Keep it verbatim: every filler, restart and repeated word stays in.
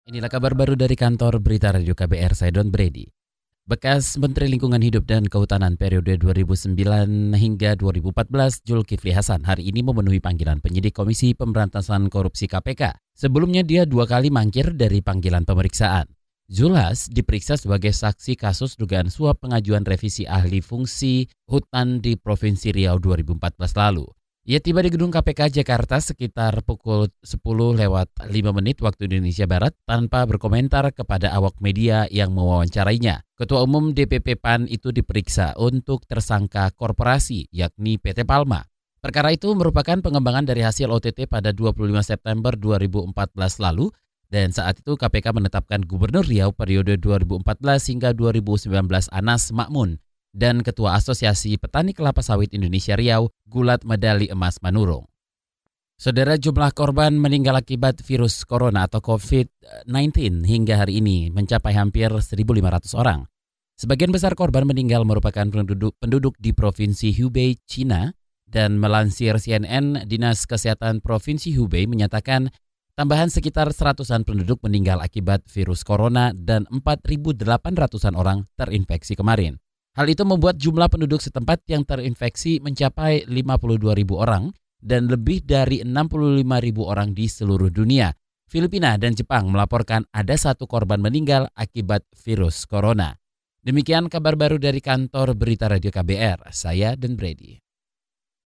Inilah kabar baru dari kantor Berita Radio K B R, saya Don Brady. Bekas Menteri Lingkungan Hidup dan Kehutanan periode dua ribu sembilan hingga dua ribu empat belas, Zulkifli Hasan, hari ini memenuhi panggilan penyidik Komisi Pemberantasan Korupsi K P K. Sebelumnya dia dua kali mangkir dari panggilan pemeriksaan. Zulhas diperiksa sebagai saksi kasus dugaan suap pengajuan revisi ahli fungsi hutan di Provinsi Riau dua ribu empat belas lalu. Ia tiba di gedung K P K Jakarta sekitar pukul sepuluh lewat lima menit waktu Indonesia Barat tanpa berkomentar kepada awak media yang mewawancarainya. Ketua Umum D P P P A N itu diperiksa untuk tersangka korporasi yakni P T Palma. Perkara itu merupakan pengembangan dari hasil O T T pada dua puluh lima September dua ribu empat belas lalu dan saat itu K P K menetapkan Gubernur Riau periode dua ribu empat belas hingga dua ribu sembilan belas Anas Makmun dan Ketua Asosiasi Petani Kelapa Sawit Indonesia Riau, Gulat Medali Emas Manurung. Saudara, jumlah korban meninggal akibat virus corona atau covid sembilan belas hingga hari ini mencapai hampir seribu lima ratus orang. Sebagian besar korban meninggal merupakan penduduk, penduduk di Provinsi Hubei, China, dan melansir C N N, Dinas Kesehatan Provinsi Hubei menyatakan tambahan sekitar seratusan penduduk meninggal akibat virus corona dan empat ribu delapan ratusan orang terinfeksi kemarin. Hal itu membuat jumlah penduduk setempat yang terinfeksi mencapai lima puluh dua ribu orang dan lebih dari enam puluh lima ribu orang di seluruh dunia. Filipina dan Jepang melaporkan ada satu korban meninggal akibat virus corona. Demikian kabar baru dari kantor Berita Radio K B R. Saya Dan Brady.